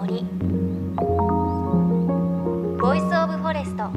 森ボイスオブフォレスト。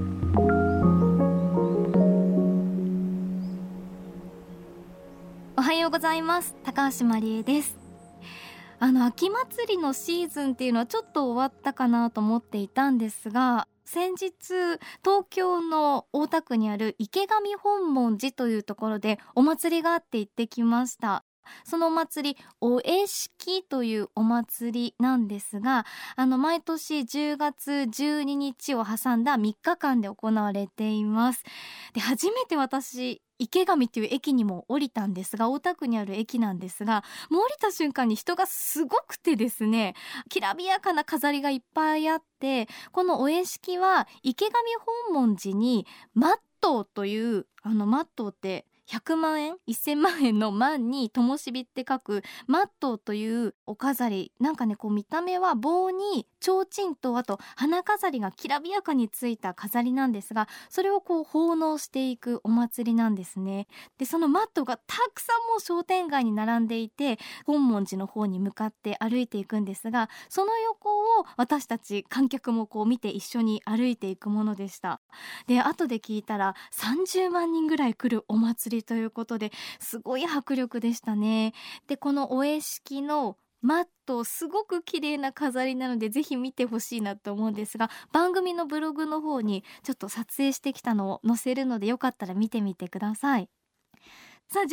おはようございます。高橋まりえです。秋祭りのシーズンっていうのはちょっと終わったかなと思っていたんですが、先日東京の大田区にある池上本門寺というところでお祭りがあって行ってきました。そのお祭り、お会式というお祭りなんですが、毎年10月12日を挟んだ3日間で行われています。で、初めて私池上っていう駅にも降りたんですが、大田区にある駅なんですが、もう降りた瞬間に人がすごくてですね、きらびやかな飾りがいっぱいあって、このお会式は池上本門寺にマットという、マットって100万円1000万円の万に灯火って書くマットというお飾り、なんかね、こう見た目は棒に提灯とあと花飾りがきらびやかについた飾りなんですが、それをこう奉納していくお祭りなんですね。で、そのマットがたくさんもう商店街に並んでいて、本門寺の方に向かって歩いていくんですが、その横を私たち観客もこう見て一緒に歩いていくものでした。で、後で聞いたら30万人ぐらい来るお祭りということで、すごい迫力でしたね。で、このお会式のマット、すごく綺麗な飾りなのでぜひ見てほしいなと思うんですが、番組のブログの方にちょっと撮影してきたのを載せるので、よかったら見てみてください。さあ、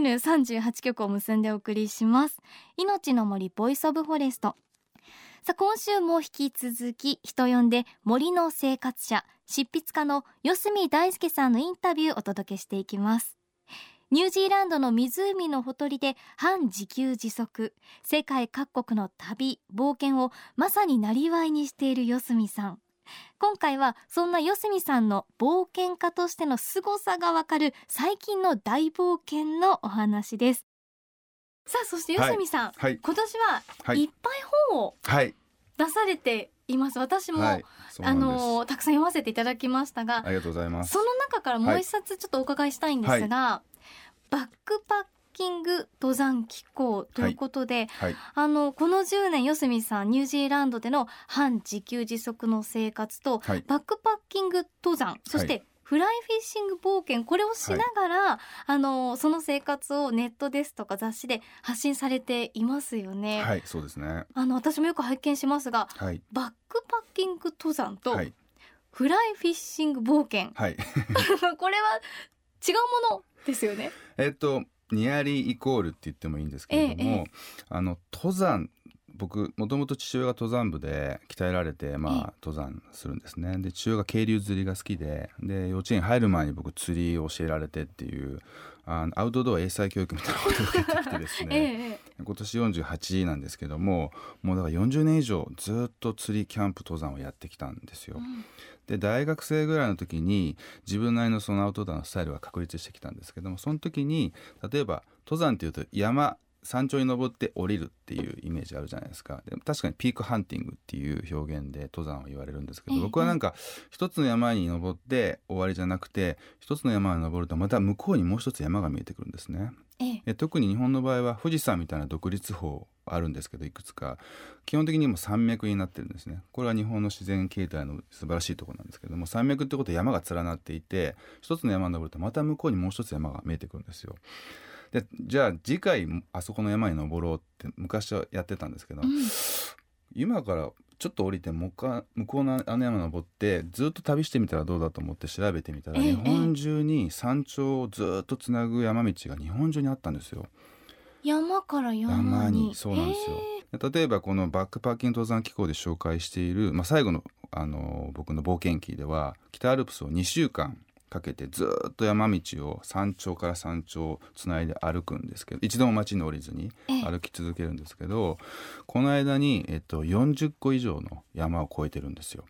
JFN38 局を結んでお送りします。命の森ボイスオブフォレスト。さあ、今週も引き続き人呼んで森の生活者、執筆家の四隅大輔さんのインタビューをお届けしていきます。ニュージーランドの湖のほとりで半自給自足、世界各国の旅冒険をまさになりわいにしている四隅さん。今回はそんな四隅さんの冒険家としての凄さがわかる最近の大冒険のお話です。さあ、そして四隅さん、 はい、 今年はいっぱい本を出されています。私も、たくさん読ませていただきましたが、 ありがとうございます。 その中からもう一冊ちょっとお伺いしたいんですが、バックパッキング登山機構ということで、この10年四隅さんニュージーランドでの半自給自足の生活と、バックパッキング登山、そしてフライフィッシング冒険、これをしながら、その生活をネットですとか雑誌で発信されていますよね。 はい、そうですね。 私もよく拝見しますが、バックパッキング登山とフライフィッシング冒険、これは違うものですよね。 ニアリーイコールって言ってもいいんですけれども、登山、僕もともと父親が登山部で鍛えられて、登山するんですね。で、父親が渓流釣りが好きで、幼稚園入る前に僕釣りを教えられてっていうアウトドア英才教育みたいなことを受けてきてですね、今年48なんですけども、もうだから40年以上ずっと釣りキャンプ登山をやってきたんですよ。で、大学生ぐらいの時に自分なりのそのアウトドアのスタイルが確立してきたんですけども、その時に例えば登山っていうと山頂に登って降りるっていうイメージあるじゃないですか。で、確かにピークハンティングっていう表現で登山を言われるんですけど、僕はなんか一つの山に登って終わりじゃなくて、一つの山に登るとまた向こうにもう一つ山が見えてくるんですね。特に日本の場合は富士山みたいな独立峰あるんですけど、いくつか基本的にも山脈になってるんですね。これは日本の自然形態の素晴らしいところなんですけども、山脈ってことは山が連なっていて、一つの山に登るとまた向こうにもう一つ山が見えてくるんですよ。で、じゃあ次回あそこの山に登ろうって昔はやってたんですけど、今からちょっと降りて向こうの山登ってずっと旅してみたらどうだと思って調べてみたら、日本中に山頂をずっとつなぐ山道が日本中にあったんですよ。 山から山に。 そうなんですよ。例えばこのバックパッキング登山機構で紹介している、最後の、僕の冒険記では北アルプスを2週間かけてずっと山道を山頂から山頂つないで歩くんですけど、一度も町に降りずに歩き続けるんですけど、この間に、40個以上の山を越えてるんですよ。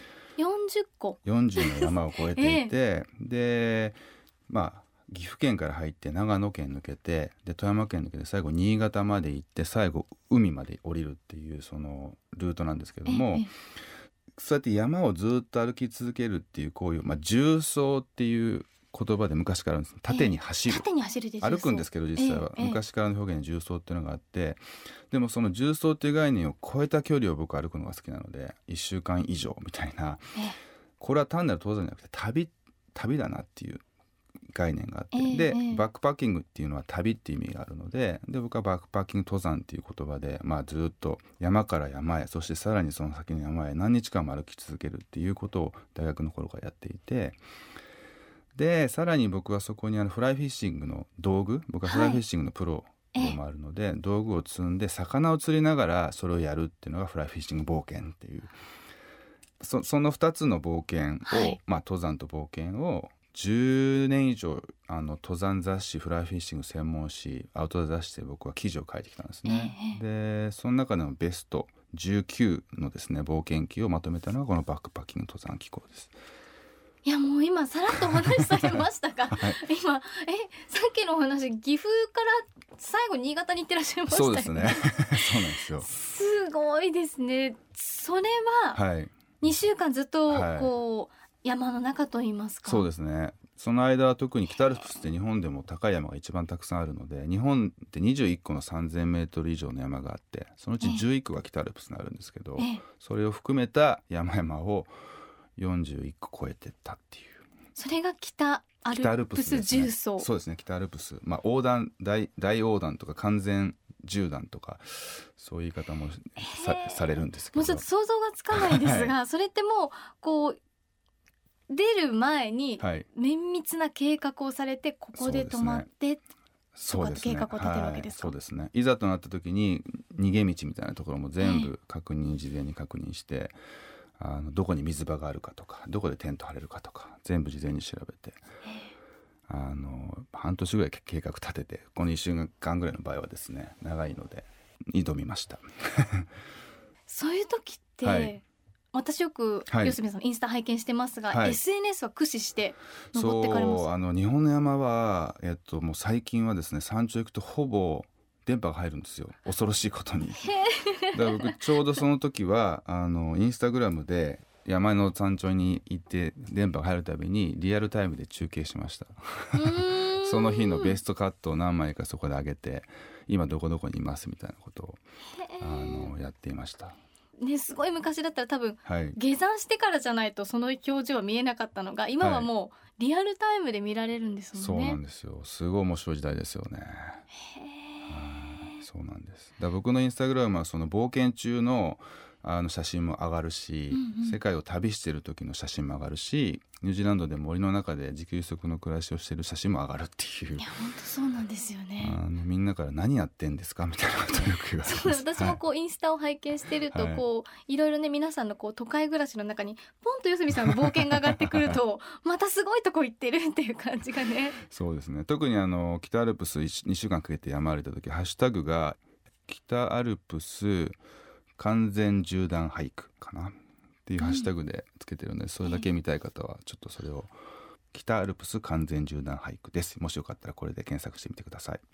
40個 40の山を越えていて、で、岐阜県から入って長野県抜けて、で富山県抜けて最後新潟まで行って、最後海まで降りるっていうそのルートなんですけども、そうやって山をずっと歩き続けるっていうこういう、縦走っていう言葉で昔からあるんです。縦に走る、 縦に走るで重曹、 歩くんですけど実際は、昔からの表現に重曹っていうのがあって、でもその重曹っていう概念を超えた距離を僕は歩くのが好きなので、1週間以上みたいな、これは単なる登山じゃなくて旅だなっていう概念があって、でバックパッキングっていうのは旅っていう意味があるので、僕はバックパッキング登山っていう言葉で、ずっと山から山へ、そしてさらにその先の山へ何日間も歩き続けるっていうことを大学の頃からやっていて、でさらに僕はそこにフライフィッシングの道具、僕はフライフィッシングのプロでもあるので、道具を積んで魚を釣りながらそれをやるっていうのがフライフィッシング冒険っていう、その2つの冒険を、登山と冒険を10年以上登山雑誌、フライフィッシング専門誌、アウトドア雑誌で僕は記事を書いてきたんですね、でその中でもベスト19のですね冒険記をまとめたのがこのバックパッキング登山機構です。 いやもう今さらっとお話しされましたが、今さっきのお話、岐阜から最後新潟に行ってらっしゃいましたよね。 そうですねそうなんですよ。 すごいですね。それは2週間ずっとこう、山の中といいますか。 そうですね。その間は特に北アルプスって日本でも高い山が一番たくさんあるので、日本って21個の3000メートル以上の山があって、そのうち11個が北アルプスになるんですけど、それを含めた山々を41個超えてったっていう、 それが北アルプス重曹、 そうですね、北アルプス、横断 大横断とか完全縦断とかそういう言い方も されるんですけど、 もうちょっと想像がつかないですが、それってもうこう出る前に綿密な計画をされて、ここで止まってとかって計画を立てるわけですか。 そうですね。いざとなった時に逃げ道みたいなところも全部事前に確認して、どこに水場があるかとか、どこでテント張れるかとか全部事前に調べて、半年ぐらい計画立てて、この1週間ぐらいの場合はですね、長いので挑みましたそういう時って、私よく四隅さんインスタ拝見してますが、SNS は駆使して登ってかれます。 そう、日本の山は、もう最近はですね、山頂行くとほぼ電波が入るんですよ、恐ろしいことにだから僕ちょうどその時はインスタグラムで山の山頂に行って電波が入るたびにリアルタイムで中継しましたその日のベストカットを何枚かそこで上げて、今どこどこにいますみたいなことをやっていましたね。すごい昔だったら多分、下山してからじゃないとその表情は見えなかったのが、今はもうリアルタイムで見られるんですもんね。 そうなんですよ。すごい面白い時代ですよね。そうなんです。だから僕のインスタグラムはその冒険中の写真も上がるし、世界を旅してる時の写真も上がるし、ニュージーランドで森の中で自給自足の暮らしをしてる写真も上がるっていう。 いや本当そうなんですよね。 みんなから何やってんですかみたいなことをよく言われます。 私もこうインスタを拝見してると、こういろいろね、皆さんのこう都会暮らしの中にポンと四隅さんの冒険が上がってくるとまたすごいとこ行ってるっていう感じがね。 そうですね。特に北アルプス2週間かけて山歩いた時、ハッシュタグが北アルプス完全縦断俳句かなっていうハッシュタグでつけてるので、それだけ見たい方はちょっとそれを北アルプス完全縦断俳句です。もしよかったらこれで検索してみてください。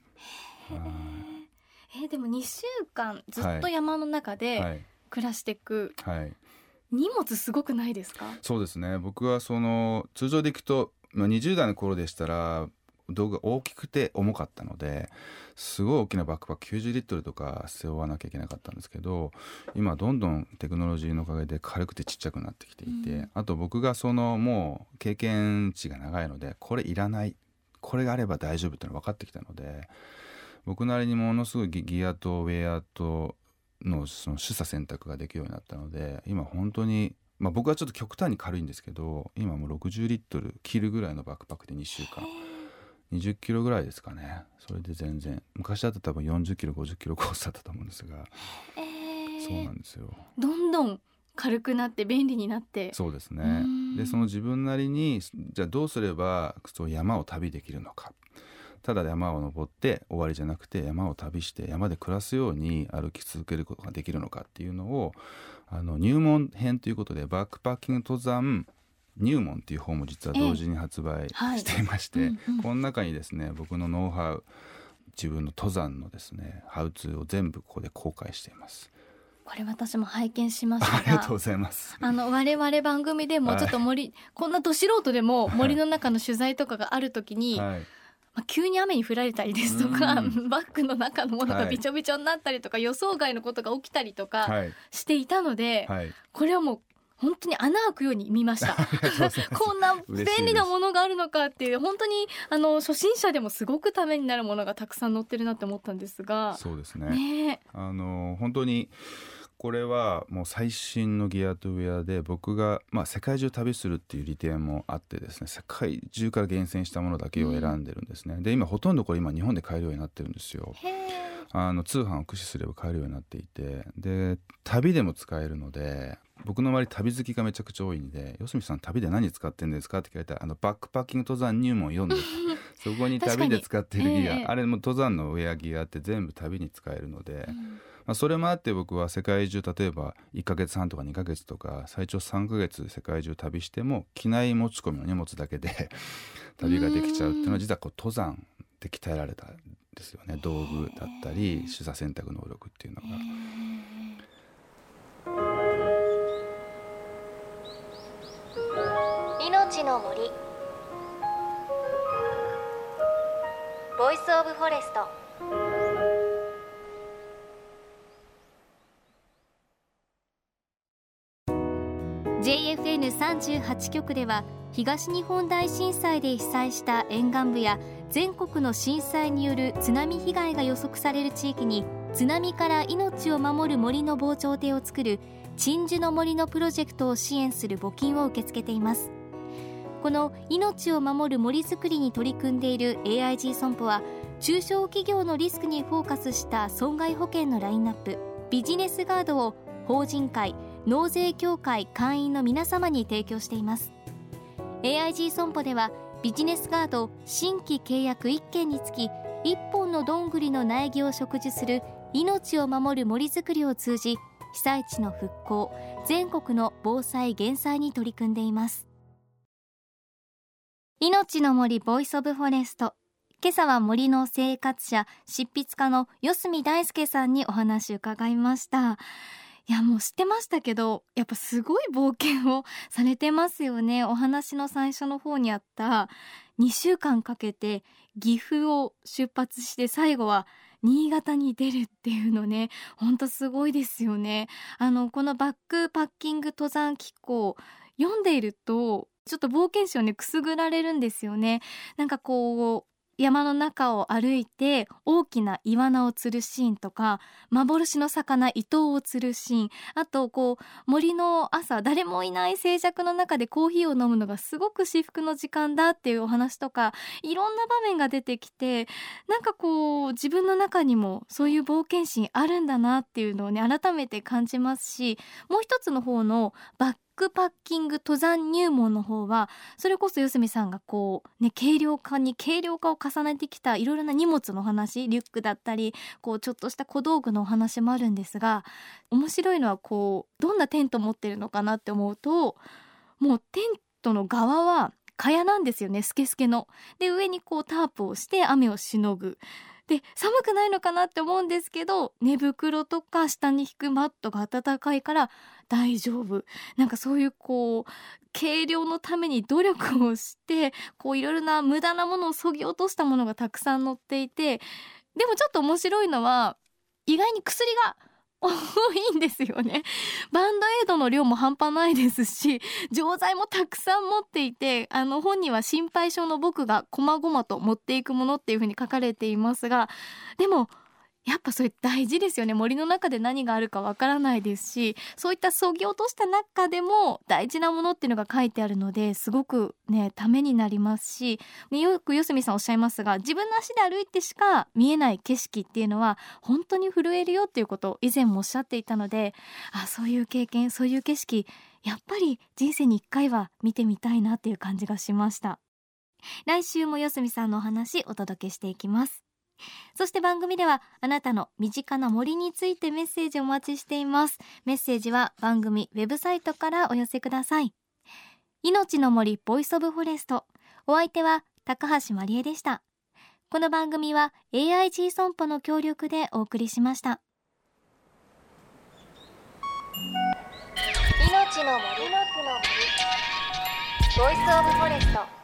でも2週間ずっと山の中で暮らしていく、荷物すごくないですか？ そうですね。僕は通常でいくと、20代の頃でしたら道具が大きくて重かったので、すごい大きなバックパック90リットルとか背負わなきゃいけなかったんですけど、今どんどんテクノロジーのおかげで軽くてちっちゃくなってきていて、あと僕がもう経験値が長いので、これいらない、これがあれば大丈夫っていうのが分かってきたので、僕なりにものすごいギアとウェアとのその取捨選択ができるようになったので、今本当に、僕はちょっと極端に軽いんですけど、今もう60リットル切るぐらいのバックパックで2週間20キロぐらいですかね。それで全然、昔だったら多分40キロ50キロコースだったと思うんですが、そうなんですよ。 どんどん軽くなって便利になって。 そうですね。でその自分なりに、じゃあどうすればそう山を旅できるのか、ただ山を登って終わりじゃなくて、山を旅して山で暮らすように歩き続けることができるのかっていうのを入門編ということで、バックパッキング登山入門っていう本も実は同時に発売していまして、この中にですね、僕のノウハウ、自分の登山のですねハウツーを全部ここで公開しています。 これ私も拝見しましたが、 ありがとうございます。 我々番組でもちょっとこんなど素人でも森の中の取材とかがあるときに、 はい急に雨に降られたりですとか、バッグの中のものがびちょびちょになったりとか、予想外のことが起きたりとかしていたので、これはもう本当に穴開くように見ましたこんな便利なものがあるのかっていう、本当に初心者でもすごくためになるものがたくさん載ってるなって思ったんですが。 そうですね、本当にこれはもう最新のギアとウェアで、僕が世界中旅するっていう利点もあってですね、世界中から厳選したものだけを選んでるんですね。で今ほとんどこれ今日本で買えるようになってるんですよ。通販を駆使すれば買えるようになっていて、で旅でも使えるので、僕の周り旅好きがめちゃくちゃ多いんで、四角さん旅で何使ってんですかって聞かれたら、バックパッキング登山入門読んでそこに旅で使ってるギア、あれも登山のウェアギアって全部旅に使えるので、それもあって僕は世界中、例えば1ヶ月半とか2ヶ月とか最長3ヶ月世界中旅しても機内持ち込みの荷物だけで旅ができちゃうっていうのは、実は登山で鍛えられたんですよね。道具だったり取捨選択能力っていうのが。 命の森、ボイスオブフォレスト。JFN38 局では、東日本大震災で被災した沿岸部や全国の震災による津波被害が予測される地域に、津波から命を守る森の防潮堤を作る鎮守の森のプロジェクトを支援する募金を受け付けています。この命を守る森づくりに取り組んでいる AIG 損保は、中小企業のリスクにフォーカスした損害保険のラインナップ、ビジネスガードを法人会、納税協会会員の皆様に提供しています。 AIG 損保では、ビジネスガード新規契約1件につき1本のどんぐりの苗木を植樹する命を守る森づくりを通じ、被災地の復興、全国の防災減災に取り組んでいます。命の森ボイスオブフォレスト、今朝は森の生活者、執筆家の四角大輔さんにお話伺いました。いや、もう知ってましたけど、やっぱすごい冒険をされてますよね。お話の最初の方にあった2週間かけて岐阜を出発して、最後は新潟に出るっていうのね、ほんとすごいですよね。このバックパッキング登山機構読んでいると、ちょっと冒険心をねくすぐられるんですよね。なんかこう山の中を歩いて大きなイワナを釣るシーンとか、幻の魚イトウを釣るシーン、あと森の朝、誰もいない静寂の中でコーヒーを飲むのがすごく至福の時間だっていうお話とか、いろんな場面が出てきて、なんか自分の中にもそういう冒険心あるんだなっていうのをね改めて感じますし、もう一つの方のバックパッキング登山入門の方は、それこそ四角さんが軽量化に軽量化を重ねてきたいろいろな荷物の話、リュックだったりちょっとした小道具のお話もあるんですが、面白いのはどんなテント持ってるのかなって思うと、もうテントの側は蚊帳なんですよね、スケスケの。で上にタープをして雨をしのぐ。で寒くないのかなって思うんですけど、寝袋とか下に引くマットが暖かいから大丈夫。なんかそういう軽量のために努力をしていろいろな無駄なものを削ぎ落としたものがたくさん載っていて、でもちょっと面白いのは意外に薬が多いんですよね。バンドエイドの量も半端ないですし、錠剤もたくさん持っていて、本には心配性の僕が細々と持っていくものっていう風に書かれていますが、でもやっぱそれ大事ですよね。森の中で何があるかわからないですし、そういった削ぎ落とした中でも大事なものっていうのが書いてあるので、すごくねためになりますし、よく四角さんおっしゃいますが、自分の足で歩いてしか見えない景色っていうのは本当に震えるよっていうことを以前もおっしゃっていたので、そういう経験、そういう景色、やっぱり人生に一回は見てみたいなっていう感じがしました。来週も四角さんのお話お届けしていきます。そして番組ではあなたの身近な森についてメッセージをお待ちしています。メッセージは番組ウェブサイトからお寄せください。命の森ボイスオブフォレスト、お相手は高橋まりえでした。この番組は AIG 損保の協力でお送りしました。 ボイスオブフォレスト。